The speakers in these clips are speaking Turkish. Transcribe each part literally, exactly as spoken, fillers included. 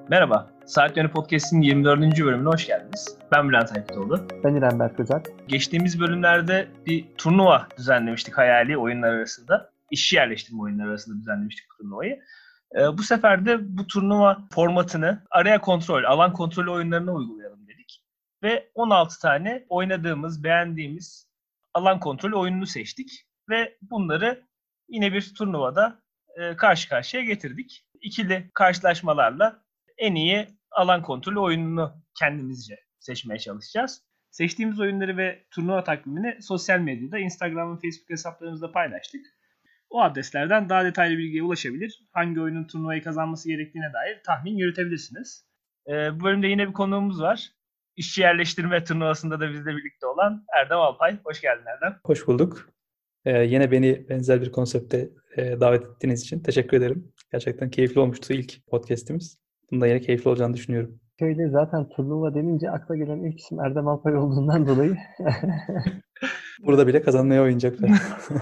Merhaba, Saat Yönü Podcast'in yirmi dördüncü bölümüne hoş geldiniz. Ben Bülent Aykıtoğlu. Ben İrem Berk Özel. Geçtiğimiz bölümlerde bir turnuva düzenlemiştik hayali oyunlar arasında. İşçi yerleştirme oyunları arasında düzenlemiştik bu turnuvayı. Ee, bu sefer de bu turnuva formatını area kontrol, alan kontrolü oyunlarına uygulayalım dedik. Ve on altı tane oynadığımız, beğendiğimiz alan kontrolü oyununu seçtik. Ve bunları yine bir turnuvada e, karşı karşıya getirdik. İkili karşılaşmalarla en iyi alan kontrolü oyununu kendimizce seçmeye çalışacağız. Seçtiğimiz oyunları ve turnuva takvimini sosyal medyada, Instagram ve Facebook hesaplarımızda paylaştık. O adreslerden daha detaylı bilgiye ulaşabilir, hangi oyunun turnuvayı kazanması gerektiğine dair tahmin yürütebilirsiniz. Ee, bu bölümde yine bir konuğumuz var. İşçi yerleştirme turnuvasında da bizle birlikte olan Erdem Alpay. Hoş geldin Erdem. Hoş bulduk. Ee, yine beni benzer bir konsepte e, davet ettiğiniz için teşekkür ederim. Gerçekten keyifli olmuştu ilk podcast'imiz. Bunda yine keyifli olacağını düşünüyorum. Şöyle zaten turnuva denince akla gelen ilk isim Erdem Alpay olduğundan dolayı. Burada bile kazanmaya oynayacaklar.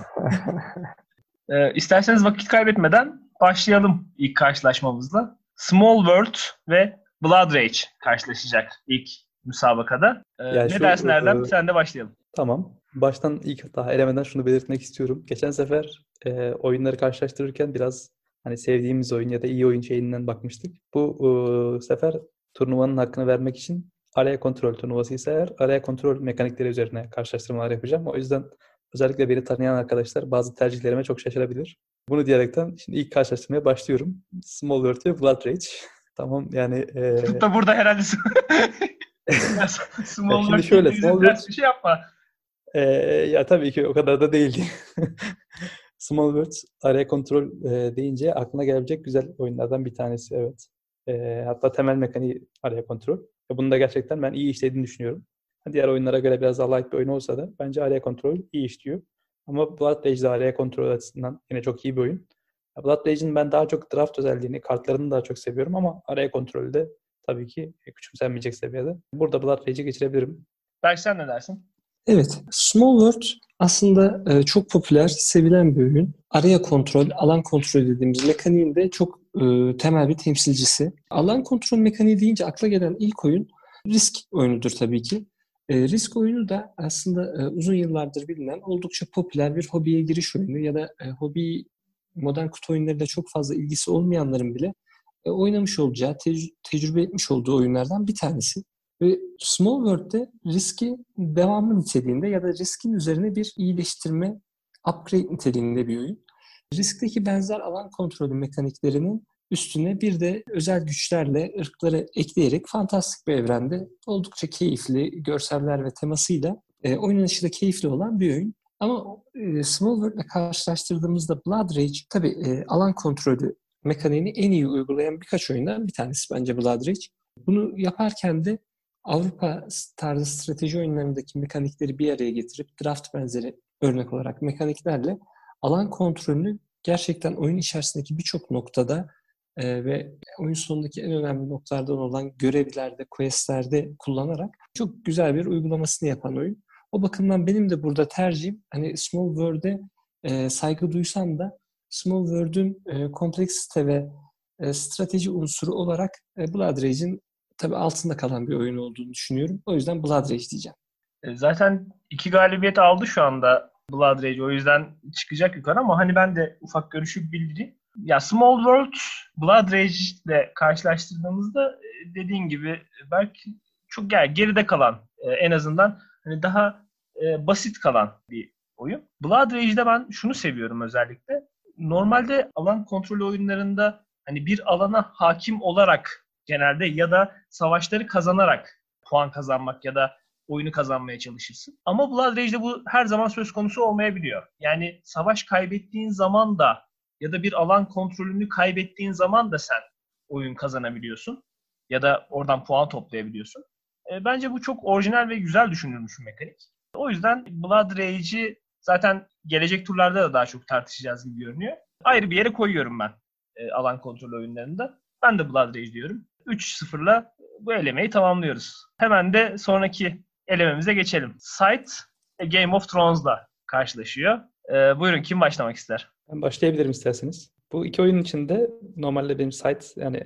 ee, isterseniz vakit kaybetmeden başlayalım ilk karşılaşmamızla. Small World ve Blood Rage karşılaşacak ilk müsabakada. Ee, Yani ne şu, dersin Erdem? e, Sen de başlayalım. Tamam. Baştan ilk daha elemeden şunu belirtmek istiyorum. Geçen sefer e, oyunları karşılaştırırken biraz hani sevdiğimiz oyun ya da iyi oyun şeyinden bakmıştık. Bu e, sefer turnuvanın hakkını vermek için araya kontrol turnuvası ise eğer araya kontrol mekanikleri üzerine karşılaştırmalar yapacağım. O yüzden özellikle beni tanıyan arkadaşlar bazı tercihlerime çok şaşırabilir. Bunu diyerekten şimdi ilk karşılaştırmaya başlıyorum. Small World ve Blood Rage. Tamam yani... E... Tıp da burada herhalde Small Şimdi şöyle, Small World... bir şey yapma. Ee, ya tabii ki o kadar da değildi. Small World, araya kontrol e, deyince aklına gelebilecek güzel oyunlardan bir tanesi, evet. E, hatta temel mekaniği araya kontrol. Ve bunu da gerçekten ben iyi işlediğini düşünüyorum. Diğer oyunlara göre biraz daha light bir oyun olsa da bence araya kontrol iyi işliyor. Ama Blood Rage de araya kontrol açısından yine çok iyi bir oyun. Blood Rage'in ben daha çok draft özelliğini, kartlarını daha çok seviyorum ama araya kontrolü de tabii ki küçümsenmeyecek seviyede. Burada Blood Rage'i geçirebilirim. Belki sen ne dersin? Evet, Small World aslında e, çok popüler, sevilen bir oyun. Araya kontrol, alan kontrol dediğimiz mekaniğin de çok e, temel bir temsilcisi. Alan kontrol mekaniği deyince akla gelen ilk oyun Risk oyunudur tabii ki. E, Risk oyunu da aslında e, uzun yıllardır bilinen oldukça popüler bir hobiye giriş oyunu ya da e, hobi modern kutu oyunlarıyla çok fazla ilgisi olmayanların bile e, oynamış olacağı, tec- tecrübe etmiş olduğu oyunlardan bir tanesi. Ve Small World'de riski devamlı niteliğinde ya da riskin üzerine bir iyileştirme, upgrade niteliğinde bir oyun. Riskteki benzer alan kontrolü mekaniklerinin üstüne bir de özel güçlerle ırkları ekleyerek fantastik bir evrende oldukça keyifli görseller ve temasıyla e, oynanışı da keyifli olan bir oyun. Ama e, Small World'le karşılaştırdığımızda Blood Rage tabii e, alan kontrolü mekaniğini en iyi uygulayan birkaç oyundan bir tanesi bence Blood Rage. Bunu yaparken de Avrupa tarzı strateji oyunlarındaki mekanikleri bir araya getirip draft benzeri örnek olarak mekaniklerle alan kontrolünü gerçekten oyun içerisindeki birçok noktada e, ve oyun sonundaki en önemli noktalardan olan görevlerde, questlerde kullanarak çok güzel bir uygulamasını yapan oyun. O bakımdan benim de burada tercihim hani Small World'e e, saygı duysam da Small World'ün e, kompleksite ve e, strateji unsuru olarak e, Blood Rage'in tabii altında kalan bir oyun olduğunu düşünüyorum. O yüzden Blood Rage diyeceğim. Zaten iki galibiyet aldı şu anda Blood Rage. O yüzden çıkacak yukarı ama hani ben de ufak görüşü bildireyim. Ya Small World Blood Rage ile karşılaştırdığımızda dediğin gibi belki çok yani geride kalan en azından hani daha basit kalan bir oyun. Blood Rage'de ben şunu seviyorum özellikle. Normalde alan kontrolü oyunlarında hani bir alana hakim olarak genelde ya da savaşları kazanarak puan kazanmak ya da oyunu kazanmaya çalışırsın. Ama Blood Rage'de bu her zaman söz konusu olmayabiliyor. Yani savaş kaybettiğin zaman da ya da bir alan kontrolünü kaybettiğin zaman da sen oyun kazanabiliyorsun. Ya da oradan puan toplayabiliyorsun. E, bence bu çok orijinal ve güzel düşünülmüş bir mekanik. O yüzden Blood Rage'i zaten gelecek turlarda da daha çok tartışacağız gibi görünüyor. Ayrı bir yere koyuyorum ben e, alan kontrolü oyunlarında. Ben de Blood Rage diyorum. üç sıfırla bu elemeyi tamamlıyoruz. Hemen de sonraki elememize geçelim. Sight Game of Thrones'la karşılaşıyor. Ee, buyurun kim başlamak ister? Ben başlayabilirim isterseniz. Bu iki oyun içinde normalde benim Sight yani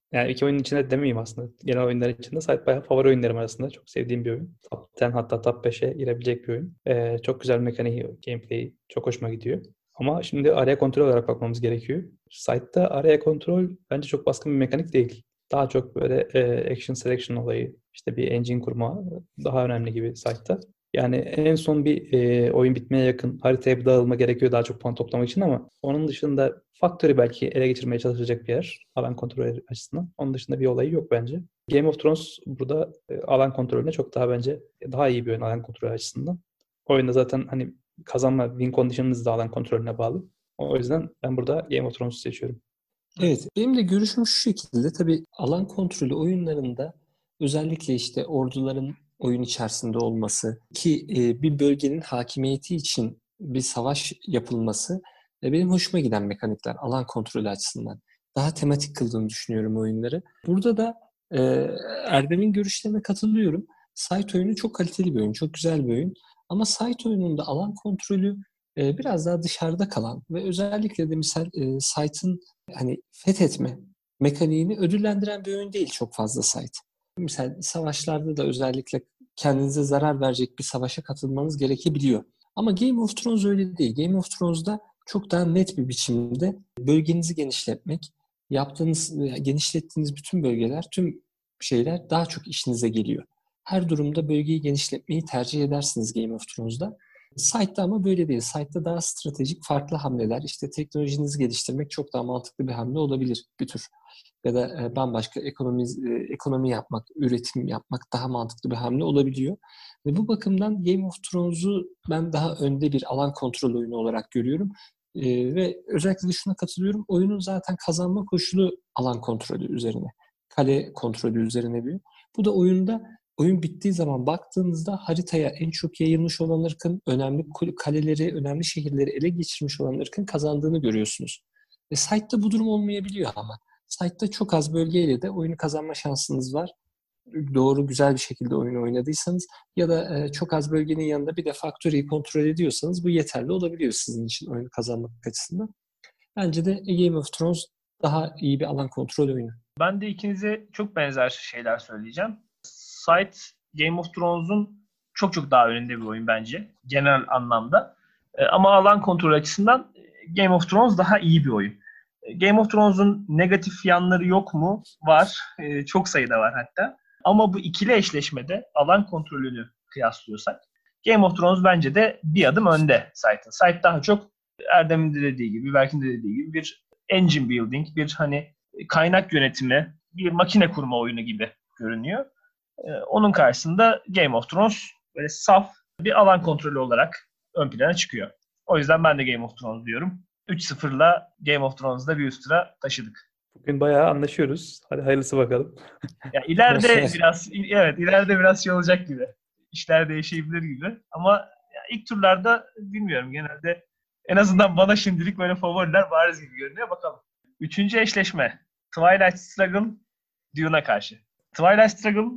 Yani iki oyunun içinde demeyeyim aslında. Genel oyunlar içinde Sight bayağı favori oyunlarım arasında. Çok sevdiğim bir oyun. Top on hatta Top beşe girebilecek bir oyun. Ee, çok güzel mekaniği, gameplay'i çok hoşuma gidiyor. Ama şimdi araya kontrol olarak bakmamız gerekiyor. Sight'ta araya kontrol bence çok baskın bir mekanik değil. Daha çok böyle e, action selection olayı, işte bir engine kurma daha önemli gibi Sight'ta. Yani en son bir e, oyun bitmeye yakın haritaya bir dağılma gerekiyor daha çok puan toplamak için ama onun dışında Factory belki ele geçirmeye çalışacak bir yer alan kontrolü açısından. Onun dışında bir olayı yok bence. Game of Thrones burada e, alan kontrolüne çok daha bence daha iyi bir oyun alan kontrolü açısından. Oyunda zaten hani kazanma win condition'ınız da alan kontrolüne bağlı. O yüzden ben burada Game of Thrones'u seçiyorum. Evet, benim de görüşüm şu şekilde. Tabii alan kontrolü oyunlarında özellikle işte orduların oyun içerisinde olması ki e, bir bölgenin hakimiyeti için bir savaş yapılması e, benim hoşuma giden mekanikler alan kontrolü açısından. Daha tematik kıldığını düşünüyorum oyunları. Burada da e, Erdem'in görüşlerine katılıyorum. Sight oyunu çok kaliteli bir oyun, çok güzel bir oyun. Ama Sight oyununda alan kontrolü e, biraz daha dışarıda kalan ve özellikle de misal e, Sight'ın hani fethetme mekaniğini ödüllendiren bir oyun değil çok fazla Sight. Mesela savaşlarda da özellikle kendinize zarar verecek bir savaşa katılmanız gerekebiliyor. Ama Game of Thrones öyle değil. Game of Thrones'da çok daha net bir biçimde bölgenizi genişletmek, yaptığınız, genişlettiğiniz bütün bölgeler, tüm şeyler daha çok işinize geliyor. Her durumda bölgeyi genişletmeyi tercih edersiniz Game of Thrones'da. Site'da ama böyle değil. Site'da daha stratejik farklı hamleler, işte teknolojinizi geliştirmek çok daha mantıklı bir hamle olabilir bir tür. Ya da e, bambaşka ekonomi, e, ekonomi yapmak, üretim yapmak daha mantıklı bir hamle olabiliyor. Ve bu bakımdan Game of Thrones'u ben daha önde bir alan kontrol oyunu olarak görüyorum. E, ve özellikle de şuna katılıyorum. Oyunun zaten kazanma koşulu alan kontrolü üzerine. Kale kontrolü üzerine bir. Bu da oyunda oyun bittiği zaman baktığınızda haritaya en çok yayılmış olan ırkın, önemli kaleleri, önemli şehirleri ele geçirmiş olan ırkın kazandığını görüyorsunuz. Ve Sight'ta bu durum olmayabiliyor ama. Sight'ta çok az bölgeyle de oyunu kazanma şansınız var. Doğru, güzel bir şekilde oyunu oynadıysanız ya da e, çok az bölgenin yanında bir de Factory'yi kontrol ediyorsanız bu yeterli olabiliyor sizin için oyunu kazanmak açısından. Bence de Game of Thrones daha iyi bir alan kontrol oyunu. Ben de ikinize çok benzer şeyler söyleyeceğim. Sight, Game of Thrones'un çok çok daha önünde bir oyun bence genel anlamda. E, ama alan kontrol açısından Game of Thrones daha iyi bir oyun. E, Game of Thrones'un negatif yanları yok mu? Var. E, çok sayıda var hatta. Ama bu ikili eşleşmede alan kontrolünü kıyaslıyorsak Game of Thrones bence de bir adım önde Sight'ın. Sight daha çok Erdem'in de dediği gibi, Berk'in de dediği gibi bir engine building, bir hani kaynak yönetimi, bir makine kurma oyunu gibi görünüyor. Ee, onun karşısında Game of Thrones böyle saf bir alan kontrolü olarak ön plana çıkıyor. O yüzden ben de Game of Thrones diyorum. üç sıfırla Game of Thrones'da bir üst tıra taşıdık. Bugün bayağı anlaşıyoruz. Hadi hayırlısı bakalım. Ya ileride biraz evet ileride biraz şey olacak gibi. İşler değişebilir gibi. Ama ya ilk turlarda bilmiyorum genelde en azından bana şimdilik böyle favoriler bariz gibi görünüyor. Bakalım. Üçüncü eşleşme. Twilight Struggle Dune'a karşı. Twilight Struggle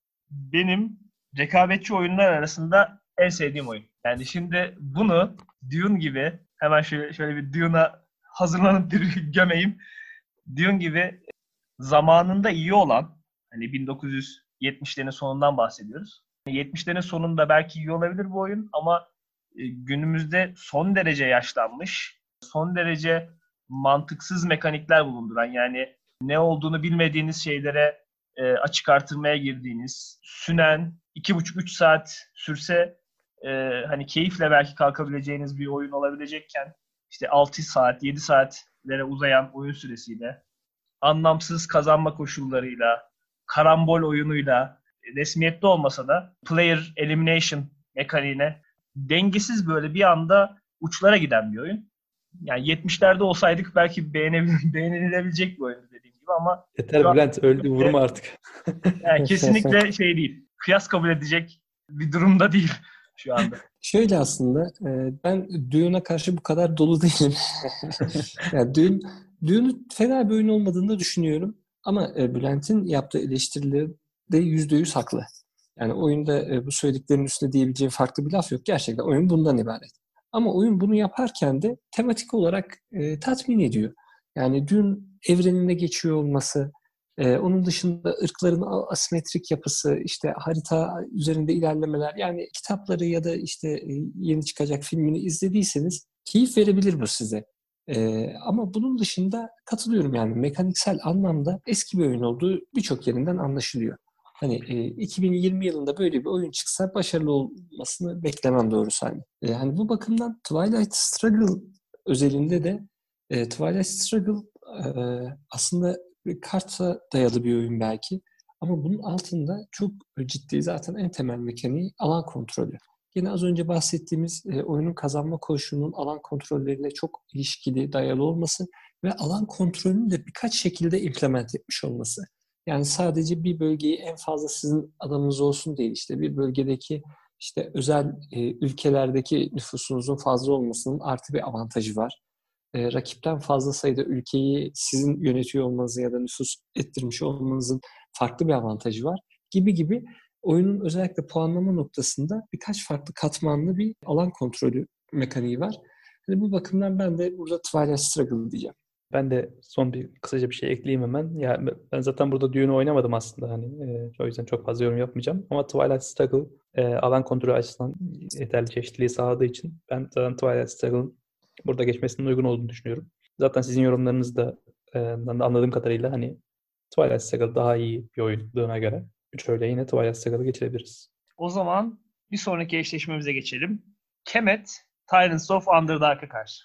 benim rekabetçi oyunlar arasında en sevdiğim oyun. Yani şimdi bunu Dune gibi hemen şöyle, şöyle bir Dune'a hazırlanıp bir gömeyim. Dune gibi zamanında iyi olan hani bin dokuz yüz yetmişlerin sonundan bahsediyoruz. yetmişlerin sonunda belki iyi olabilir bu oyun ama günümüzde son derece yaşlanmış, son derece mantıksız mekanikler bulunduran yani ne olduğunu bilmediğiniz şeylere e, açık artırmaya girdiğiniz, sünen iki buçuk üç saat sürse e, hani keyifle belki kalkabileceğiniz bir oyun olabilecekken işte altı saat, yedi saatlere uzayan oyun süresiyle, anlamsız kazanma koşullarıyla, karambol oyunuyla, resmiyetli olmasa da player elimination mekaniğine dengesiz böyle bir anda uçlara giden bir oyun. Yani yetmişlerde olsaydık belki beğenebil- beğenilebilecek bir oyun dediğim gibi ama Yeter Bülent, öldü vurma artık. yani kesinlikle şey değil. Kıyas kabul edecek bir durumda değil şu anda. Şöyle aslında e, ben Dune'a karşı bu kadar dolu değilim. Yani Dune, Dune'un fena bir oyun olmadığını da düşünüyorum. Ama e, Bülent'in yaptığı eleştirileri de yüzde yüz haklı. Yani oyunda e, bu söylediklerinin üstüne diyebileceğim farklı bir laf yok. Gerçekten oyun bundan ibaret. Ama oyun bunu yaparken de tematik olarak e, tatmin ediyor. Yani Dune evreninde geçiyor olması, Ee, onun dışında ırkların asimetrik yapısı, işte harita üzerinde ilerlemeler, yani kitapları ya da işte e, yeni çıkacak filmini izlediyseniz keyif verebilir bu size. Ee, ama bunun dışında katılıyorum, yani mekaniksel anlamda eski bir oyun olduğu birçok yerinden anlaşılıyor. Hani e, iki bin yirmi yılında böyle bir oyun çıksa başarılı olmasını beklemem doğrusu hani. E, hani bu bakımdan Twilight Struggle özelinde de e, Twilight Struggle e, aslında bir karta dayalı bir oyun belki. Ama bunun altında çok ciddi, zaten en temel mekaniği alan kontrolü. Yine az önce bahsettiğimiz e, oyunun kazanma koşulunun alan kontrolleriyle çok ilişkili, dayalı olması ve alan kontrolünü de birkaç şekilde implement etmiş olması. Yani sadece bir bölgeyi en fazla sizin alanınız olsun değil, işte bir bölgedeki işte özel e, ülkelerdeki nüfusunuzun fazla olmasının artı bir avantajı var. E, rakipten fazla sayıda ülkeyi sizin yönetiyor olmanızın ya da nüfus ettirmiş olmanızın farklı bir avantajı var gibi gibi oyunun özellikle puanlama noktasında birkaç farklı katmanlı bir alan kontrolü mekaniği var. Yani bu bakımdan ben de burada Twilight Struggle diyeceğim. Ben de son bir kısaca bir şey ekleyeyim hemen. Ya ben zaten burada Dune'u oynamadım aslında, hani e, o yüzden çok fazla yorum yapmayacağım. Ama Twilight Struggle e, alan kontrolü açısından yeterli çeşitliliği sağladığı için ben zaten Twilight Struggle'ın burada geçmesinin uygun olduğunu düşünüyorum. Zaten sizin yorumlarınız da e, ben de anladığım kadarıyla hani Twilight Struggle daha iyi bir oyunluğuna göre şöyle yine Twilight Struggle'ı geçirebiliriz. O zaman bir sonraki eşleşmemize geçelim. Kemet, Tyrants of Underdark'a karşı.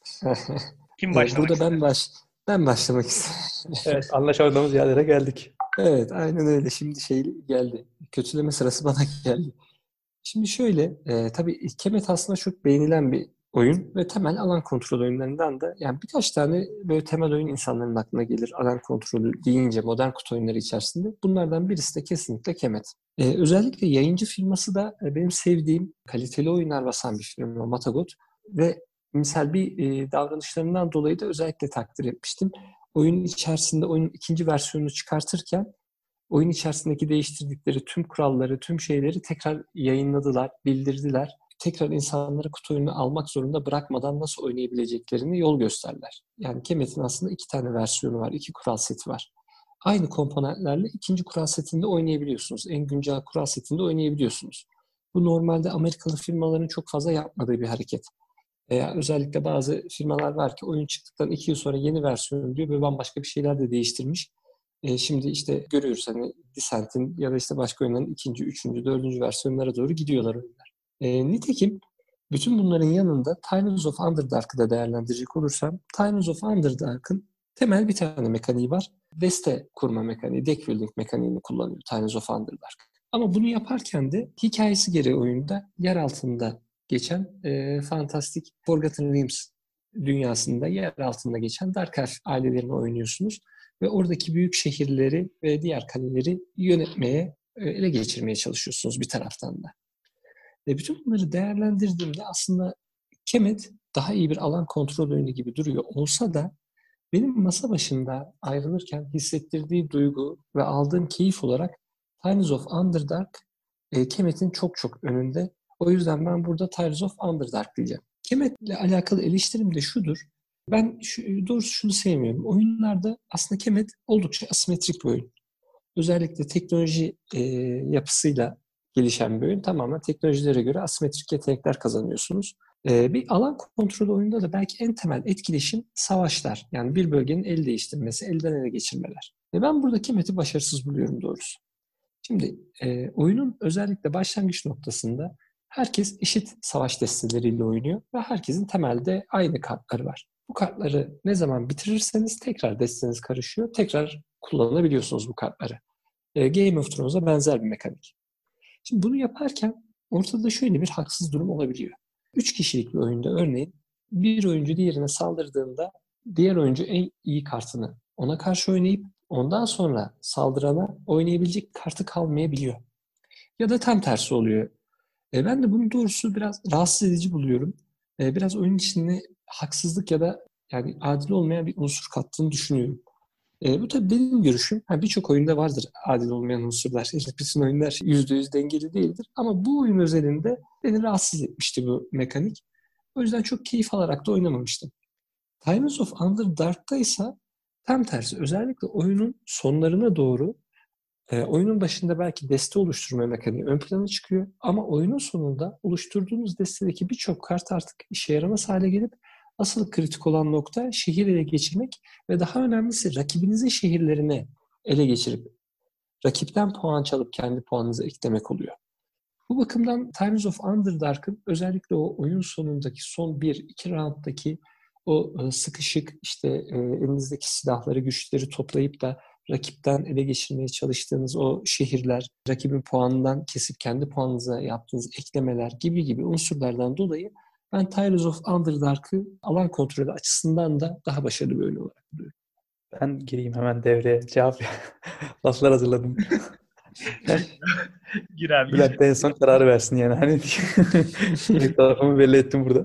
Kim başlamak Burada ister? ben baş ben başlamak isterim. Evet, anlaşamadığımız yerlere geldik. Evet, aynen öyle. Şimdi şey geldi. Kötüleme sırası bana geldi. Şimdi şöyle, e, tabii Kemet aslında çok beğenilen bir oyun ve temel alan kontrol oyunlarından da, yani birkaç tane böyle temel oyun insanların aklına gelir alan kontrolü deyince modern kutu oyunları içerisinde. Bunlardan birisi de kesinlikle Kemet. E, özellikle yayıncı firması da e, benim sevdiğim kaliteli oyunlar basan bir firma Matagot ve misal bir e, davranışlarından dolayı da özellikle takdir etmiştim. Oyunun içerisinde oyunun ikinci versiyonunu çıkartırken oyun içerisindeki değiştirdikleri tüm kuralları, tüm şeyleri tekrar yayınladılar, bildirdiler. Tekrar insanları kutu oyunu almak zorunda bırakmadan nasıl oynayabileceklerini yol gösterdiler. Yani Kemet'in aslında iki tane versiyonu var, iki kural seti var. Aynı komponentlerle ikinci kural setinde oynayabiliyorsunuz. En güncel kural setinde oynayabiliyorsunuz. Bu normalde Amerikalı firmaların çok fazla yapmadığı bir hareket. Veya özellikle bazı firmalar var ki oyun çıktıktan iki yıl sonra yeni versiyon diyor ve bambaşka bir şeyler de değiştirmiş. E, şimdi işte görüyoruz hani Descent'in ya da işte başka oyunların ikinci, üçüncü, dördüncü versiyonlara doğru gidiyorlar oyunlar. E, nitekim bütün bunların yanında Tyrants of Underdark'ı da değerlendirecek olursam, Tyrants of Underdark'ın temel bir tane mekaniği var. Deste kurma mekaniği, deck building mekaniğini kullanıyor Tyrants of Underdark. Ama bunu yaparken de hikayesi gereği oyunda yer altında geçen e, fantastik Forgotten Realms dünyasında yer altında geçen Dark Elf ailelerini oynuyorsunuz. Ve oradaki büyük şehirleri ve diğer kaleleri yönetmeye, ele geçirmeye çalışıyorsunuz bir taraftan da. Ve bütün bunları değerlendirdiğimde aslında Kemet daha iyi bir alan kontrol oyunu gibi duruyor olsa da benim masa başında ayrılırken hissettirdiği duygu ve aldığım keyif olarak Tyrants of Underdark e, Kemet'in çok çok önünde. O yüzden ben burada Tyrants of Underdark diyeceğim. Kemet'le alakalı eleştirim de şudur. Ben şu, doğrusu şunu sevmiyorum. Oyunlarda aslında Kemet oldukça asimetrik bir oyun. Özellikle teknoloji e, yapısıyla gelişen bir oyun. Tamamen teknolojilere göre asimetrik yetenekler kazanıyorsunuz. E, bir alan kontrolü oyunda da belki en temel etkileşim savaşlar. Yani bir bölgenin el değiştirmesi, elden ele geçirmeler. Ve ben burada Kemet'i başarısız buluyorum doğrusu. Şimdi e, oyunun özellikle başlangıç noktasında herkes eşit savaş desteleriyle oynuyor ve herkesin temelde aynı kartları var. Bu kartları ne zaman bitirirseniz tekrar desteniz karışıyor, tekrar kullanabiliyorsunuz bu kartları. E, Game of Thrones'a benzer bir mekanik. Şimdi bunu yaparken ortada şöyle bir haksız durum olabiliyor. Üç kişilik bir oyunda örneğin bir oyuncu diğerine saldırdığında diğer oyuncu en iyi kartını ona karşı oynayıp ondan sonra saldırana oynayabilecek kartı kalmayabiliyor. Ya da tam tersi oluyor. E, ben de bunu doğrusu biraz rahatsız edici buluyorum. E, biraz oyun içinde haksızlık ya da yani adil olmayan bir unsur kattığını düşünüyorum. E, bu tabii benim görüşüm. Ha, birçok oyunda vardır adil olmayan unsurlar. Bütün oyunlar yüzde yüz dengeli değildir. Ama bu oyun özelinde beni rahatsız etmişti bu mekanik. O yüzden çok keyif alarak da oynamamıştım. Tyrants of Underdark'ta ise Tam tersi. Özellikle oyunun sonlarına doğru e, oyunun başında belki deste oluşturma mekaniği ön plana çıkıyor. Ama oyunun sonunda oluşturduğunuz destedeki birçok kart artık işe yaramaz hale gelip asıl kritik olan nokta şehir ele geçirmek ve daha önemlisi rakibinizin şehirlerini ele geçirip rakipten puan çalıp kendi puanınıza eklemek oluyor. Bu bakımdan Tyrants of Underdark'ın özellikle o oyun sonundaki son bir iki rounddaki o e, sıkışık işte e, elinizdeki silahları, güçleri toplayıp da rakipten ele geçirmeye çalıştığınız o şehirler, rakibin puanından kesip kendi puanınıza yaptığınız eklemeler gibi gibi unsurlardan dolayı ben Tyrants of Underdark'ı alan kontrolü açısından da daha başarılı bir oyun olarak buluyorum. Ben gireyim hemen devreye. Cevap laflar hazırladım. Gir abi. Bülent de en son kararı versin yani. Hani ilk tarafımı belli ettim burada.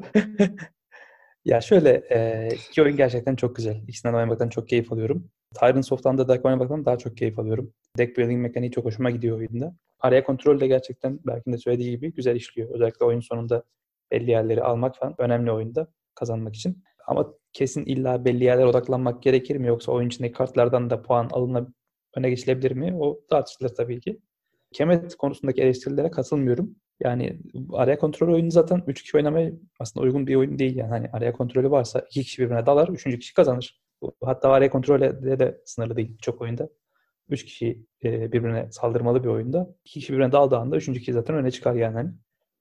Ya şöyle, e, iki oyun gerçekten çok güzel. İkisinden oynamaktan çok keyif alıyorum. Tyrants of Underdark oynamaktan daha çok keyif alıyorum. Deck building mekaniği çok hoşuma gidiyor oyunda. Araya kontrol de gerçekten Berk'in de söylediği gibi güzel işliyor. Özellikle oyun sonunda belli yerleri almak falan önemli oyunda kazanmak için. Ama kesin illa belli yerlere odaklanmak gerekir mi? Yoksa oyun içindeki kartlardan da puan alınıp öne geçilebilir mi? O tartışılır tabii ki. Kemet konusundaki eleştirilere katılmıyorum. Yani araya kontrol oyunu zaten üç kişi oynamaya aslında uygun bir oyun değil yani. Hani araya kontrolü varsa iki kişi birbirine dalar, üçüncü kişi kazanır. Hatta araya kontrolle de sınırlı değil çok oyunda. Üç kişi birbirine saldırmalı bir oyunda. İki kişi birbirine daldığı anda üçüncü kişi zaten öne çıkar yani. Hani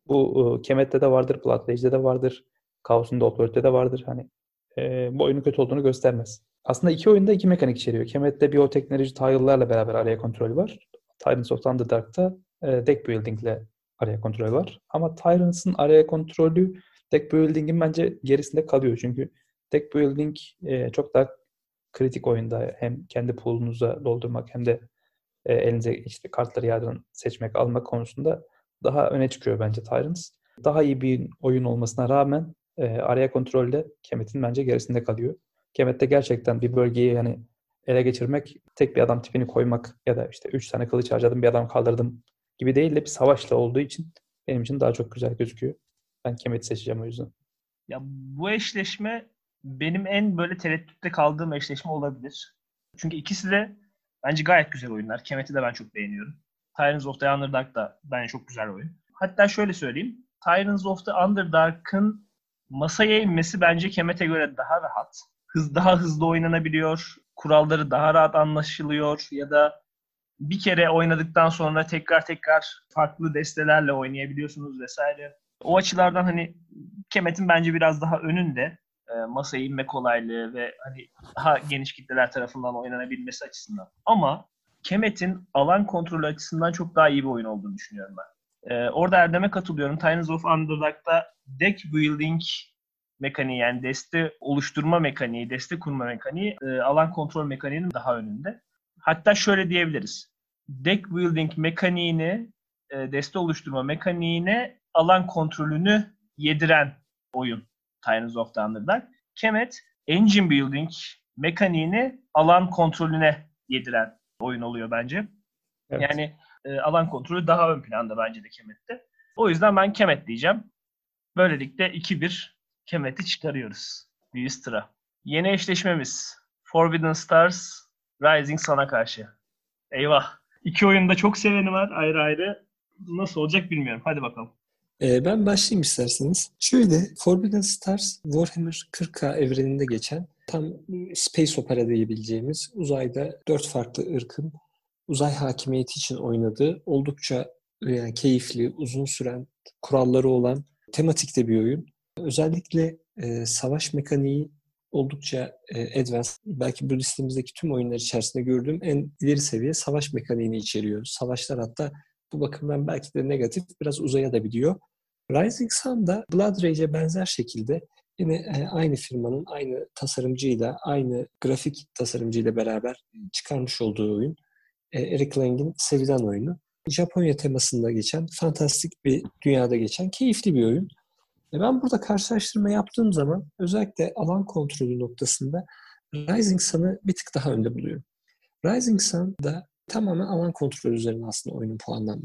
bu Kemet'te de vardır, Blood Rage'de de vardır, Chaos'un da Authority'de de vardır. Hani e, bu oyunun kötü olduğunu göstermez. Aslında iki oyunda iki mekanik içeriyor. Kemet'te biyoteknoloji tile'larla beraber araya kontrolü var. Tyrants of Underdark'ta e, deck building ile araya kontrol var. Ama Tyrants'ın araya kontrolü deck building'in bence gerisinde kalıyor. Çünkü deck building e, çok daha kritik oyunda. Hem kendi pool'unuza doldurmak hem de e, elinize işte kartları yerden seçmek, almak konusunda daha öne çıkıyor bence Tyrants. Daha iyi bir oyun olmasına rağmen e, araya kontrolde Kemet'in bence gerisinde kalıyor. Kemet'te gerçekten bir bölgeyi yani ele geçirmek, tek bir adam tipini koymak ya da işte üç tane kılıç harcadım bir adam kaldırdım gibi değil de bir savaşla olduğu için benim için daha çok güzel gözüküyor. Ben Kemet'i seçeceğim o yüzden. Ya bu eşleşme benim en böyle tereddütte kaldığım eşleşme olabilir. Çünkü ikisi de bence gayet güzel oyunlar. Kemet'i de ben çok beğeniyorum. Tyrants of the Underdark da bence çok güzel oyun. Hatta şöyle söyleyeyim. Tyrants of the Underdark'ın masaya inmesi bence Kemet'e göre daha rahat. Hız daha hızlı oynanabiliyor. Kuralları daha rahat anlaşılıyor ya da bir kere oynadıktan sonra tekrar tekrar farklı destelerle oynayabiliyorsunuz vesaire. O açılardan hani Kemet'in bence biraz daha önünde e, masaya inme kolaylığı ve hani daha geniş kitleler tarafından oynanabilmesi açısından. Ama Kemet'in alan kontrolü açısından çok daha iyi bir oyun olduğunu düşünüyorum ben. E, orada Erdem'e katılıyorum. Tyrants of Underdark'ta deck building mekaniği yani deste oluşturma mekaniği, deste kurma mekaniği e, alan kontrol mekaniğinin daha önünde. Hatta şöyle diyebiliriz. Deck building mekaniğini, e, deste oluşturma mekaniğine alan kontrolünü yediren oyun Tyrants of the Underdark. Kemet, engine building mekaniğini alan kontrolüne yediren oyun oluyor bence. Evet. Yani e, alan kontrolü daha ön planda bence de Kemet'te. O yüzden ben Kemet diyeceğim. Böylelikle iki bir Kemet'i çıkarıyoruz. Bir üst tura. Yeni eşleşmemiz Forbidden Stars Rising Sun'a karşı. Eyvah. İki oyunda çok seveni var ayrı ayrı. Nasıl olacak bilmiyorum. Hadi bakalım. Ee, ben başlayayım isterseniz. Şöyle, Forbidden Stars Warhammer kırk K evreninde geçen tam space opera diyebileceğimiz uzayda dört farklı ırkın uzay hakimiyeti için oynadığı oldukça yani keyifli, uzun süren kuralları olan tematikte bir oyun. Özellikle e, savaş mekaniği oldukça e, advanced. Belki bu listemizdeki tüm oyunlar içerisinde gördüğüm en ileri seviye savaş mekaniğini içeriyor. Savaşlar hatta bu bakımdan belki de negatif biraz uzayabiliyor. Rising Sun da Blood Rage'e benzer şekilde yine e, aynı firmanın aynı tasarımcıyla, aynı grafik tasarımcıyla beraber çıkarmış olduğu oyun. E, Eric Lang'in sevilen oyunu. Japonya temasında geçen, fantastik bir dünyada geçen keyifli bir oyun. E, ben burada karşılaştırma yaptığım zaman özellikle alan kontrolü noktasında Rising Sun'ı bir tık daha önde buluyorum. Rising Sun da tamamen alan kontrolü üzerine aslında oyunun puanlanması.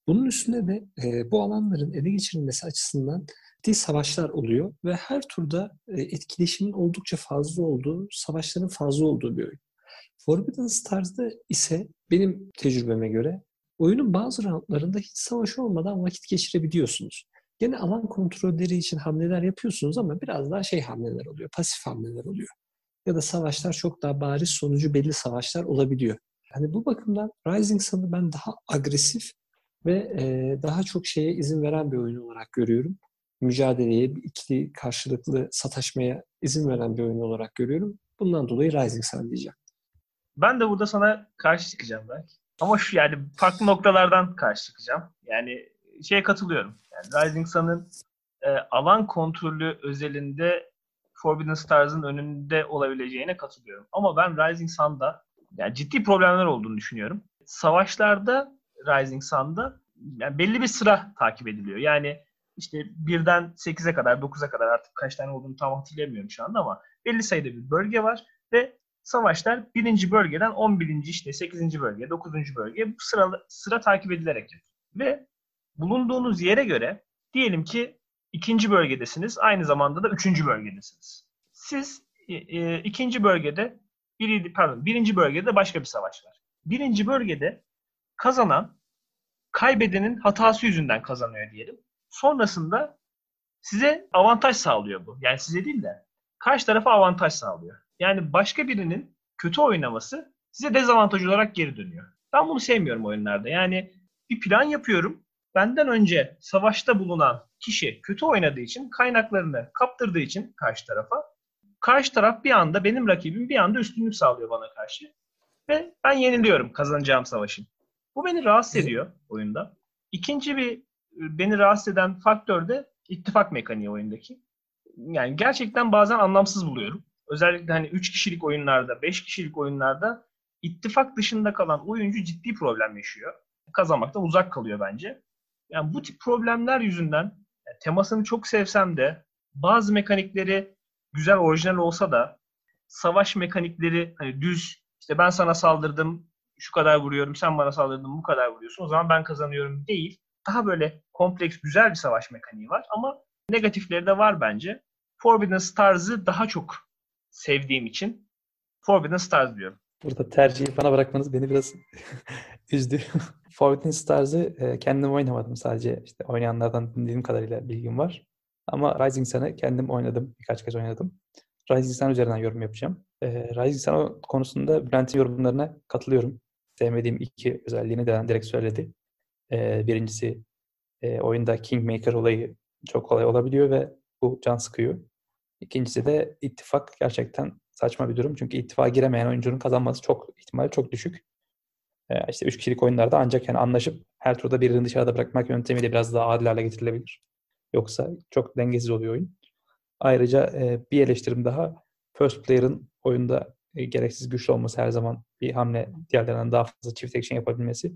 Bunun üstüne de e, bu alanların ele geçirilmesi açısından ciddi savaşlar oluyor ve her turda e, etkileşimin oldukça fazla olduğu, savaşların fazla olduğu bir oyun. Forbidden Stars'da ise benim tecrübeme göre oyunun bazı roundlarında hiç savaş olmadan vakit geçirebiliyorsunuz. Gene alan kontrolleri için hamleler yapıyorsunuz ama biraz daha şey hamleler oluyor, pasif hamleler oluyor. Ya da savaşlar çok daha bariz, sonucu belli savaşlar olabiliyor. Hani bu bakımdan Rising Sun'ı ben daha agresif ve e, daha çok şeye izin veren bir oyun olarak görüyorum. Mücadeleye, ikili karşılıklı sataşmaya izin veren bir oyun olarak görüyorum. Bundan dolayı Rising Sun diyeceğim. Ben de burada sana karşı çıkacağım belki. Ama şu yani farklı noktalardan karşı çıkacağım. Yani şeye katılıyorum. Yani Rising Sun'ın e, alan kontrolü özelinde Forbidden Stars'ın önünde olabileceğine katılıyorum. Ama ben Rising Sun'da yani ciddi problemler olduğunu düşünüyorum. Savaşlarda Rising Sun'da yani belli bir sıra takip ediliyor. Yani işte birden sekize kadar, dokuza kadar artık kaç tane olduğunu tam hatırlayamıyorum şu anda ama belli sayıda bir bölge var ve savaşlar birinci bölgeden on birinci işte sekizinci bölge, dokuzuncu bölge bu sıra, sıra takip edilerek yapıyor. Ve bulunduğunuz yere göre diyelim ki ikinci bölgedesiniz, aynı zamanda da üçüncü bölgedesiniz. Siz e, e, ikinci bölgede, biri, pardon, birinci bölgede başka bir savaş var. Birinci bölgede kazanan, kaybedenin hatası yüzünden kazanıyor diyelim. Sonrasında size avantaj sağlıyor bu. Yani size değil de karşı tarafa avantaj sağlıyor. Yani başka birinin kötü oynaması size dezavantaj olarak geri dönüyor. Ben bunu sevmiyorum oyunlarda. Yani bir plan yapıyorum. Benden önce savaşta bulunan kişi kötü oynadığı için, kaynaklarını kaptırdığı için karşı tarafa, karşı taraf bir anda, benim rakibim bir anda üstünlük sağlıyor bana karşı. Ve ben yeniliyorum kazanacağım savaşın. Bu beni rahatsız ediyor oyunda. İkinci bir beni rahatsız eden faktör de ittifak mekaniği oyundaki. Yani gerçekten bazen anlamsız buluyorum. Özellikle hani üç kişilik oyunlarda, beş kişilik oyunlarda ittifak dışında kalan oyuncu ciddi problem yaşıyor. Kazanmaktan uzak kalıyor bence. Yani bu tip problemler yüzünden yani temasını çok sevsem de bazı mekanikleri güzel, orijinal olsa da savaş mekanikleri hani düz işte ben sana saldırdım, şu kadar vuruyorum, sen bana saldırdın, bu kadar vuruyorsun, o zaman ben kazanıyorum değil. Daha böyle kompleks, güzel bir savaş mekaniği var ama negatifleri de var bence. Forbidden Stars'ı daha çok sevdiğim için Forbidden Stars diyorum. Burada tercihi bana bırakmanız beni biraz üzdü. Forbidden Stars'ı e, kendim oynamadım, sadece işte oynayanlardan dinlediğim kadarıyla bilgim var. Ama Rising Sun'ı kendim oynadım, birkaç kez oynadım. Rising Sun üzerinden yorum yapacağım. E, Rising Sun konusunda Bülent'in yorumlarına katılıyorum. Sevmediğim iki özelliğini de direkt söyledi. E, birincisi e, oyunda Kingmaker olayı çok kolay olabiliyor ve bu can sıkıyor. İkincisi de ittifak gerçekten saçma bir durum. Çünkü ittifaka giremeyen oyuncunun kazanması çok ihtimali çok düşük. Ee, işte üç kişilik oyunlarda ancak yani anlaşıp her turda birini dışarıda bırakmak yöntemiyle biraz daha adil hale getirilebilir. Yoksa çok dengesiz oluyor oyun. Ayrıca e, bir eleştirim daha, first player'ın oyunda e, gereksiz güçlü olması, her zaman bir hamle diğerlerinden daha fazla çift action yapabilmesi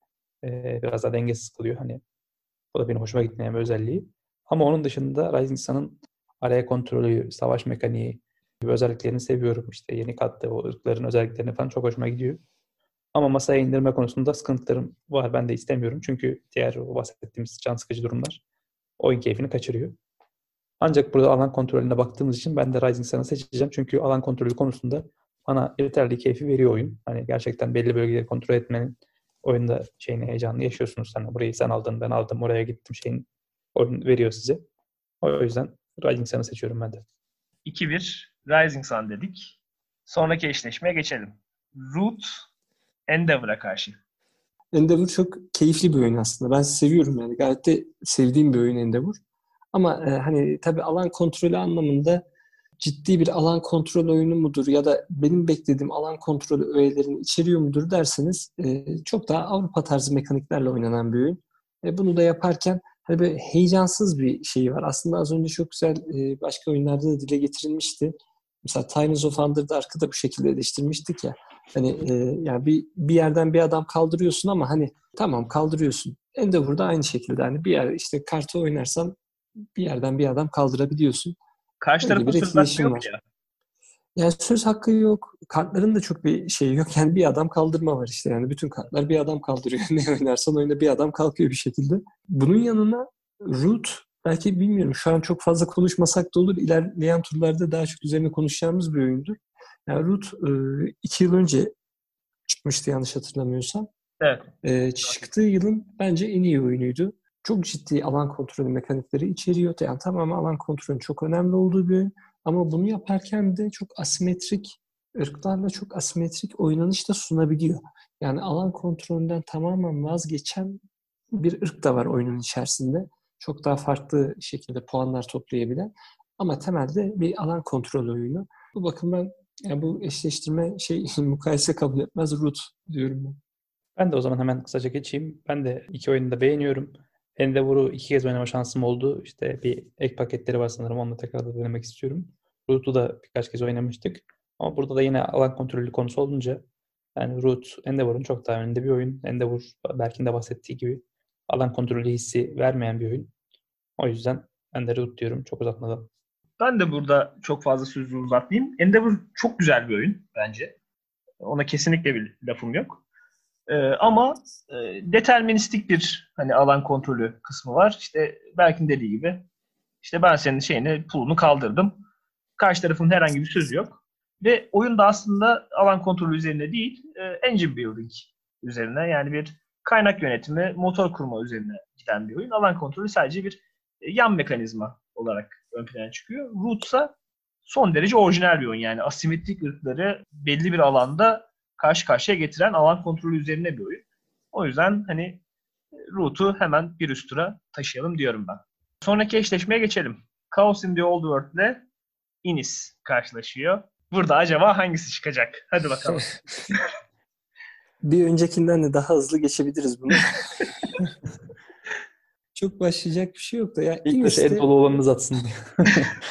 e, biraz daha dengesiz kılıyor. Hani bu da benim hoşuma gitmeyen bir özelliği. Ama onun dışında Rising Sun'ın araya kontrolü, savaş mekaniği gibi özelliklerini seviyorum. İşte yeni kattığı o ırkların özelliklerini falan çok hoşuma gidiyor. Ama masaya indirme konusunda sıkıntılarım var. Ben de istemiyorum. Çünkü diğer o bahsettiğimiz can sıkıcı durumlar oyun keyfini kaçırıyor. Ancak burada alan kontrolüne baktığımız için ben de Rising Sun'ı seçeceğim. Çünkü alan kontrolü konusunda bana yeterli keyfi veriyor oyun. Hani gerçekten belli bölgeleri kontrol etmenin oyunda şeyini, heyecanını yaşıyorsunuz. Hani burayı sen aldın, ben aldım, oraya gittim şeyin oyun veriyor size. O yüzden Rising Sun'ı seçiyorum ben de. iki bir Rising Sun dedik. Sonraki eşleşmeye geçelim. Root Endeavor'a karşı. Endeavor çok keyifli bir oyun aslında. Ben seviyorum yani. Gayet de sevdiğim bir oyun Endeavor. Ama e, hani tabii alan kontrolü anlamında ciddi bir alan kontrol oyunu mudur ya da benim beklediğim alan kontrolü öğelerini içeriyor mudur derseniz e, çok daha Avrupa tarzı mekaniklerle oynanan bir oyun. E, bunu da yaparken hani böyle heyecansız bir şey var. Aslında az önce çok güzel e, başka oyunlarda da dile getirilmişti. Mesela Times of Underdark'ı da bu şekilde eleştirmiştik ya. Hani e, yani bir bir yerden bir adam kaldırıyorsun ama hani tamam kaldırıyorsun. Endeavor'da aynı şekilde hani bir yer işte kartı oynarsan bir yerden bir adam kaldırabiliyorsun. Karşı Öyle tarafın bir söz hakkı etkileşim yok var. ya. Yani söz hakkı yok. Kartların da çok bir şeyi yok. Yani bir adam kaldırma var işte. Yani bütün kartlar bir adam kaldırıyor. Ne oynarsan oyunda bir adam kalkıyor bir şekilde. Bunun yanına Root, belki bilmiyorum şu an çok fazla konuşmasak da olur. İlerleyen turlarda daha çok üzerine konuşacağımız bir oyundu. Yani Root e, iki yıl önce çıkmıştı yanlış hatırlamıyorsam. Evet. E, çıktığı yılın bence en iyi oyunuydu. Çok ciddi alan kontrolü mekanikleri içeriyor. Yani tamamen alan kontrolünün çok önemli olduğu bir oyun. Ama bunu yaparken de çok asimetrik, ırklarla çok asimetrik oynanış da sunabiliyor. Yani alan kontrolünden tamamen vazgeçen bir ırk da var oyunun içerisinde. Çok daha farklı şekilde puanlar toplayabilen. Ama temelde bir alan kontrol oyunu. Bu bakımdan yani bu eşleştirme şey mukayese kabul etmez Root diyorum ben. Ben de o zaman hemen kısaca geçeyim. Ben de iki oyunu da beğeniyorum. Endeavor'u iki kez oynama şansım oldu. İşte bir ek paketleri var sanırım. Onunla tekrar da denemek istiyorum. Root'u da birkaç kez oynamıştık. Ama burada da yine alan kontrolü konusu olunca yani Root, Endeavor'un çok daha önünde bir oyun. Endeavor, Berk'in de bahsettiği gibi alan kontrolü hissi vermeyen bir oyun. O yüzden ben de Root diyorum çok uzatmadan. Ben de burada çok fazla sözü uzatmayayım. Endeavor çok güzel bir oyun bence. Ona kesinlikle bir lafım yok. Ee, ama e, deterministik bir hani alan kontrolü kısmı var. İşte Berk'in dediği gibi işte ben senin şeyini, pulunu kaldırdım. Karşı tarafın herhangi bir sözü yok. Ve oyun da aslında alan kontrolü üzerine değil, e, engine building üzerine, yani bir kaynak yönetimi, motor kurma üzerine giden bir oyun. Alan kontrolü sadece bir e, yan mekanizma olarak ön plana çıkıyor. Root'sa son derece orijinal bir oyun. Yani asimetrik ırkları belli bir alanda karşı karşıya getiren alan kontrolü üzerine bir oyun. O yüzden hani Root'u hemen bir üst tura taşıyalım diyorum ben. Sonraki eşleşmeye geçelim. Chaos in the Old World ile Inis karşılaşıyor. Burada acaba hangisi çıkacak? Hadi bakalım. Bir öncekinden de daha hızlı geçebiliriz bunu. Çok başlayacak bir şey yok da. Ya İlk başı en dolu olanınız atsın diye.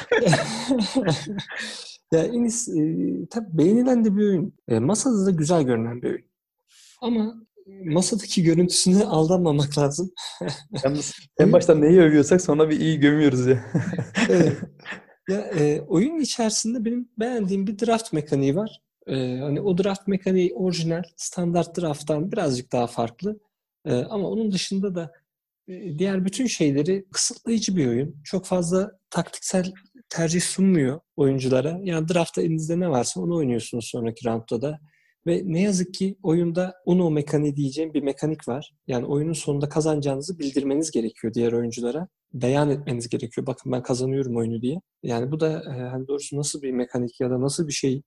Ya Inis e, tabii beğenilen de bir oyun. E, masada da güzel görünen bir oyun. Ama masadaki görüntüsüne aldanmamak lazım. Yalnız en baştan neyi övüyorsak sonra bir iyi gömüyoruz ya. Evet. Ya e, oyunun içerisinde benim beğendiğim bir draft mekaniği var. E, hani o draft mekaniği orijinal, standart draft'tan birazcık daha farklı. E, ama onun dışında da e, diğer bütün şeyleri kısıtlayıcı bir oyun. Çok fazla taktiksel tercih sunmuyor oyunculara. Yani draftta elinizde ne varsa onu oynuyorsunuz sonraki roundda da. Ve ne yazık ki oyunda Uno mekaniği diyeceğim bir mekanik var. Yani oyunun sonunda kazanacağınızı bildirmeniz gerekiyor diğer oyunculara. Beyan etmeniz gerekiyor. Bakın ben kazanıyorum oyunu diye. Yani bu da e, hani doğrusu nasıl bir mekanik ya da nasıl bir şey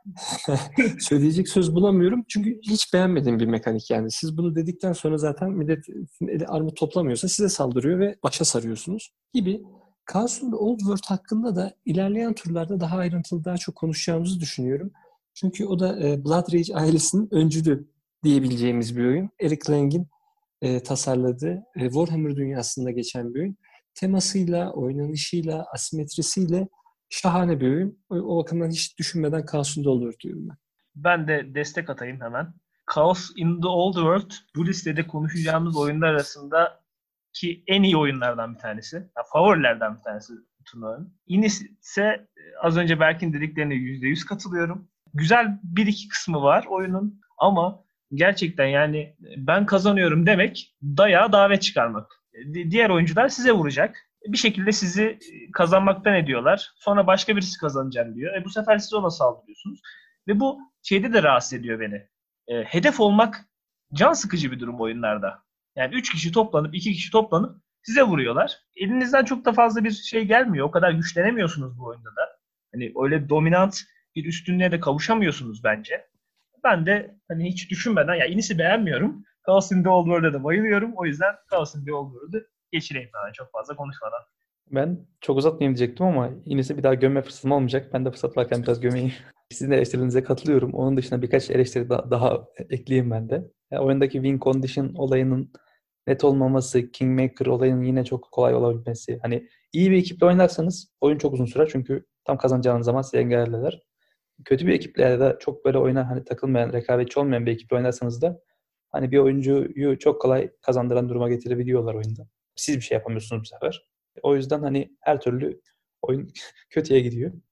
söyleyecek söz bulamıyorum. Çünkü hiç beğenmediğim bir mekanik yani. Siz bunu dedikten sonra zaten millet eli armut toplamıyorsa size saldırıyor ve başa sarıyorsunuz gibi. Chaos in the Old World hakkında da ilerleyen turlarda daha ayrıntılı, daha çok konuşacağımızı düşünüyorum. Çünkü o da e, Blood Rage ailesinin öncülü diyebileceğimiz bir oyun. Eric Lang'in e, tasarladığı e, Warhammer dünyasında geçen bir oyun. Temasıyla, oynanışıyla, asimetrisiyle şahane bir oyun. O, o bakımdan hiç düşünmeden Chaos in the Old World diyorum ben. Ben de destek atayım hemen. Chaos in the Old World bu listede konuşacağımız oyunlar arasında ki en iyi oyunlardan bir tanesi. Yani favorilerden bir tanesi turnuvanın. Inis ise az önce Berk'in dediklerine yüzde yüz katılıyorum. Güzel bir iki kısmı var oyunun ama gerçekten yani ben kazanıyorum demek dayağı davet çıkarmak. Diğer oyuncular size vuracak. Bir şekilde sizi kazanmaktan ediyorlar. Sonra başka birisi kazanacağım diyor. E bu sefer siz ona saldırıyorsunuz. Ve bu şeyde de rahatsız ediyor beni. E, hedef olmak can sıkıcı bir durum oyunlarda. Yani üç kişi toplanıp, iki kişi toplanıp size vuruyorlar. Elinizden çok da fazla bir şey gelmiyor. O kadar güçlenemiyorsunuz bu oyunda da. Hani öyle dominant bir üstünlüğe de kavuşamıyorsunuz bence. Ben de hani hiç düşünmeden, ya Inis'i beğenmiyorum. Chaos in the Old World'a da bayılıyorum. O yüzden Chaos in the Old World'u geçireyim falan çok fazla konuşmadan. Ben çok uzatmayayım diyecektim ama yine bir daha gömme fırsatım olmayacak. Ben de fırsat varken biraz gömeyim. Sizin eleştirilerinize katılıyorum. Onun dışında birkaç eleştiri da- daha ekleyeyim ben de. Ya, oyundaki win condition olayının net olmaması, Kingmaker olayının yine çok kolay olabilmesi. Hani iyi bir ekiple oynarsanız oyun çok uzun sürer çünkü tam kazanacağınız zaman sizi engellerler. Kötü bir ekiple ya da çok böyle oyuna hani takılmayan, rekabetçi olmayan bir ekiple oynarsanız da hani bir oyuncuyu çok kolay kazandıran duruma getirebiliyorlar oyunda. Siz bir şey yapamıyorsunuz bu sefer. O yüzden hani her türlü oyun kötüye gidiyor.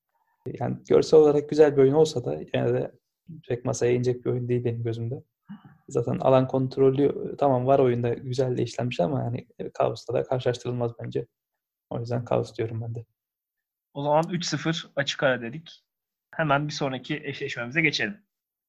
Yani görsel olarak güzel bir oyun olsa da yine de pek masaya inecek bir oyun değil benim gözümde. Zaten alan kontrolü tamam var oyunda güzel de işlenmiş ama hani Chaos'la da karşılaştırılmaz bence. O yüzden Chaos diyorum ben de. O zaman üç sıfır açık ara dedik. Hemen bir sonraki eşleşmemize geçelim.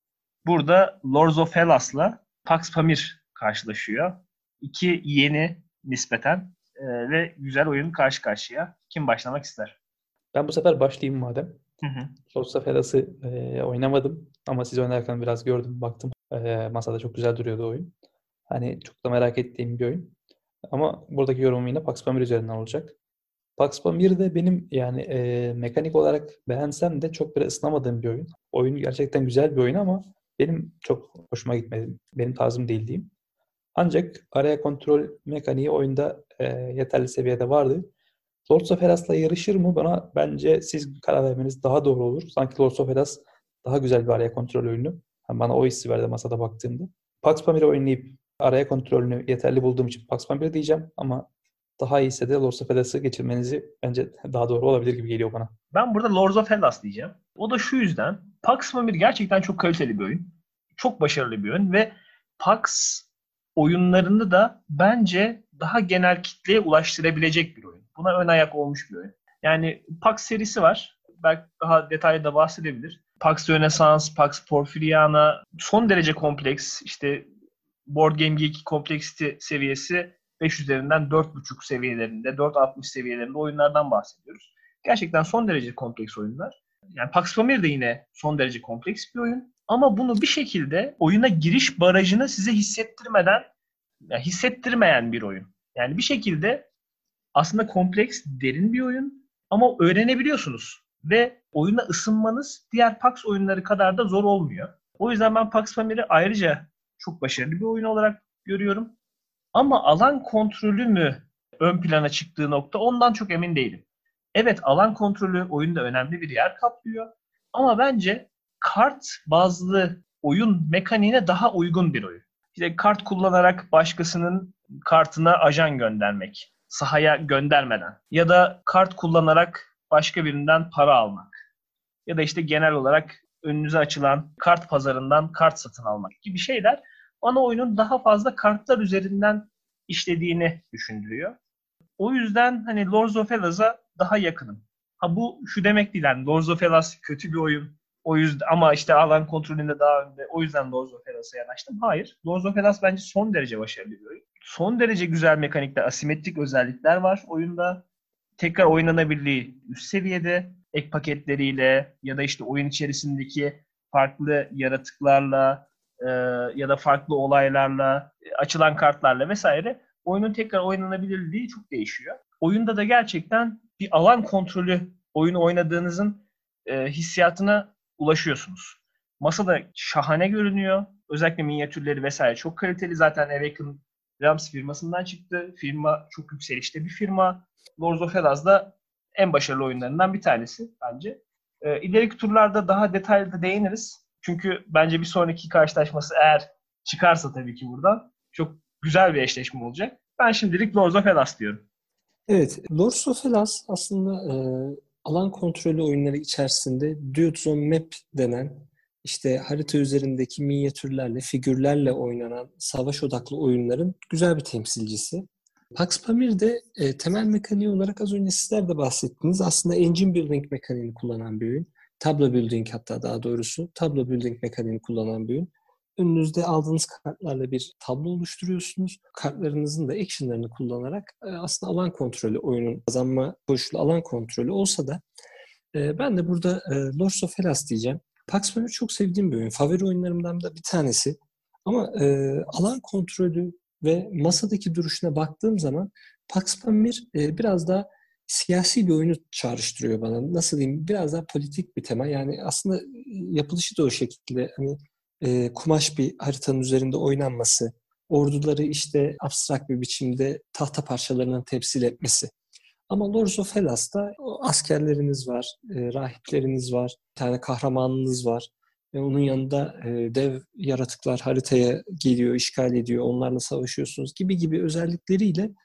Burada Lords of Hellas'la Pax Pamir karşılaşıyor. İki yeni nispeten e, ve güzel oyun karşı karşıya. Kim başlamak ister? Ben bu sefer başlayayım madem. Hı hı. Lords of Hellas'ı e, oynamadım ama siz oynarken biraz gördüm, baktım. E, masada çok güzel duruyordu oyun. Hani çok da merak ettiğim bir oyun. Ama buradaki yorumum yine Pax Pamir üzerinden olacak. Pax Pamir de benim yani e, mekanik olarak beğensem de çok böyle ısınamadığım bir oyun. Oyun gerçekten güzel bir oyun ama benim çok hoşuma gitmedi. Benim tarzım değil diyeyim. Ancak araya kontrol mekaniği oyunda e, yeterli seviyede vardı. Lords of Hellas'la yarışır mı? Bana bence siz karar vermeniz daha doğru olur. Sanki Lords of Hellas daha güzel bir araya kontrol oyunu. Yani bana o hissi verdi masada baktığımda. Pax Pamir'i oynayıp araya kontrolünü yeterli bulduğum için Pax Pamir diyeceğim ama daha iyiyse de Lords of Hellas'ı geçirmenizi bence daha doğru olabilir gibi geliyor bana. Ben burada Lords of Hellas diyeceğim. O da şu yüzden. Pax Pamir gerçekten çok kaliteli bir oyun. Çok başarılı bir oyun ve Pax oyunlarını da bence daha genel kitleye ulaştırabilecek bir oyun. Buna ön ayak olmuş bir oyun. Yani Pax serisi var. Belki daha detaylı da bahsedebilir. Pax Rönesans, Pax Porfiriana son derece kompleks. İşte Board Game Geek Complexity seviyesi beş üzerinden dört buçuk seviyelerinde, dört altmış seviyelerinde oyunlardan bahsediyoruz. Gerçekten son derece kompleks oyunlar. Yani Pax Pamir de yine son derece kompleks bir oyun. Ama bunu bir şekilde oyuna giriş barajını size hissettirmeden, yani hissettirmeyen bir oyun. Yani bir şekilde aslında kompleks, derin bir oyun ama öğrenebiliyorsunuz. Ve oyuna ısınmanız diğer Pax oyunları kadar da zor olmuyor. O yüzden ben Pax Pamir'i ayrıca çok başarılı bir oyun olarak görüyorum. Ama alan kontrolü mü ön plana çıktığı nokta ondan çok emin değilim. Evet, alan kontrolü oyunda önemli bir yer kaplıyor. Ama bence kart bazlı oyun mekaniğine daha uygun bir oyun. İşte kart kullanarak başkasının kartına ajan göndermek, sahaya göndermeden ya da kart kullanarak başka birinden para almak ya da işte genel olarak önünüze açılan kart pazarından kart satın almak gibi şeyler ana oyunun daha fazla kartlar üzerinden işlediğini düşündürüyor. O yüzden hani Lords of Hellas'a daha yakınım. Ha bu şu demek değil, yani Lords of Hellas kötü bir oyun. O yüzden ama işte alan kontrolünde daha önde. O yüzden Lords of Hellas'a yanaştım. Hayır. Lords of Hellas bence son derece başarılı bir oyun. Son derece güzel mekanikler, asimetrik özellikler var oyunda. Tekrar oynanabilirliği üst seviyede. Ek paketleriyle ya da işte oyun içerisindeki farklı yaratıklarla e, ya da farklı olaylarla, açılan kartlarla vesaire oyunun tekrar oynanabilirliği çok değişiyor. Oyunda da gerçekten bir alan kontrolü oyunu oynadığınızın e, hissiyatına ulaşıyorsunuz. Masada şahane görünüyor. Özellikle minyatürleri vesaire çok kaliteli. Zaten Awaken Realms firmasından çıktı. Firma çok yükselişte bir firma. Lords of Hellas da en başarılı oyunlarından bir tanesi bence. E, ileriki turlarda daha detaylı da değiniriz. Çünkü bence bir sonraki karşılaşması eğer çıkarsa tabii ki buradan çok güzel bir eşleşme olacak. Ben şimdilik Lords of Hellas diyorum. Evet, Lords of Hellas aslında e, alan kontrolü oyunları içerisinde Dudes on Map denen işte harita üzerindeki minyatürlerle, figürlerle oynanan savaş odaklı oyunların güzel bir temsilcisi. Pax Pamir de e, temel mekaniği olarak az önce sizler de bahsettiniz. Aslında engine building mekaniğini kullanan bir oyun. Tablo building hatta daha doğrusu. Tablo building mekaniğini kullanan bir oyun. Önünüzde aldığınız kartlarla bir tablo oluşturuyorsunuz. Kartlarınızın da action'larını kullanarak e, aslında alan kontrolü, oyunun kazanma koşulu alan kontrolü olsa da e, ben de burada e, Lords of Hellas diyeceğim. Pax Pamir çok sevdiğim bir oyun. Favori oyunlarımdan da bir tanesi. Ama e, alan kontrolü ve masadaki duruşuna baktığım zaman Pax Pamir e, biraz daha siyasi bir oyunu çağrıştırıyor bana. Nasıl diyeyim? Biraz daha politik bir tema. Yani aslında yapılışı da o şekilde. Hani e, kumaş bir haritanın üzerinde oynanması, orduları işte abstrak bir biçimde tahta parçalarının temsil etmesi. Ama Lords of Hellas'ta askerleriniz var, e, rahipleriniz var, bir tane kahramanınız var. Ve onun yanında e, dev yaratıklar haritaya geliyor, işgal ediyor, onlarla savaşıyorsunuz gibi gibi özellikleriyle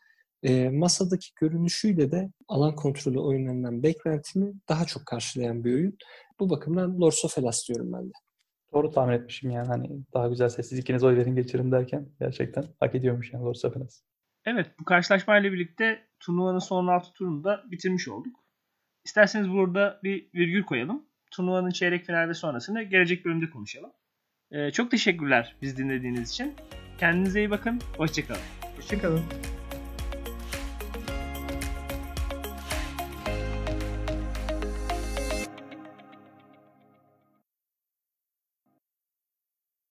E, masadaki görünüşüyle de alan kontrolü oyunlarından beklentimi daha çok karşılayan bir oyun. Bu bakımdan Lords of Hellas diyorum ben de. Doğru tahmin etmişim yani. Hani daha güzel sessiz ikiniz oy verin geçirin derken gerçekten hak ediyormuş yani Lords of Hellas. Evet, bu karşılaşmayla birlikte turnuvanın son altı turunu da bitirmiş olduk. İsterseniz burada bir virgül koyalım. Turnuvanın çeyrek final ve sonrasını gelecek bölümde konuşalım. Ee, çok teşekkürler bizi dinlediğiniz için. Kendinize iyi bakın. Hoşça kalın. Hoşçakalın.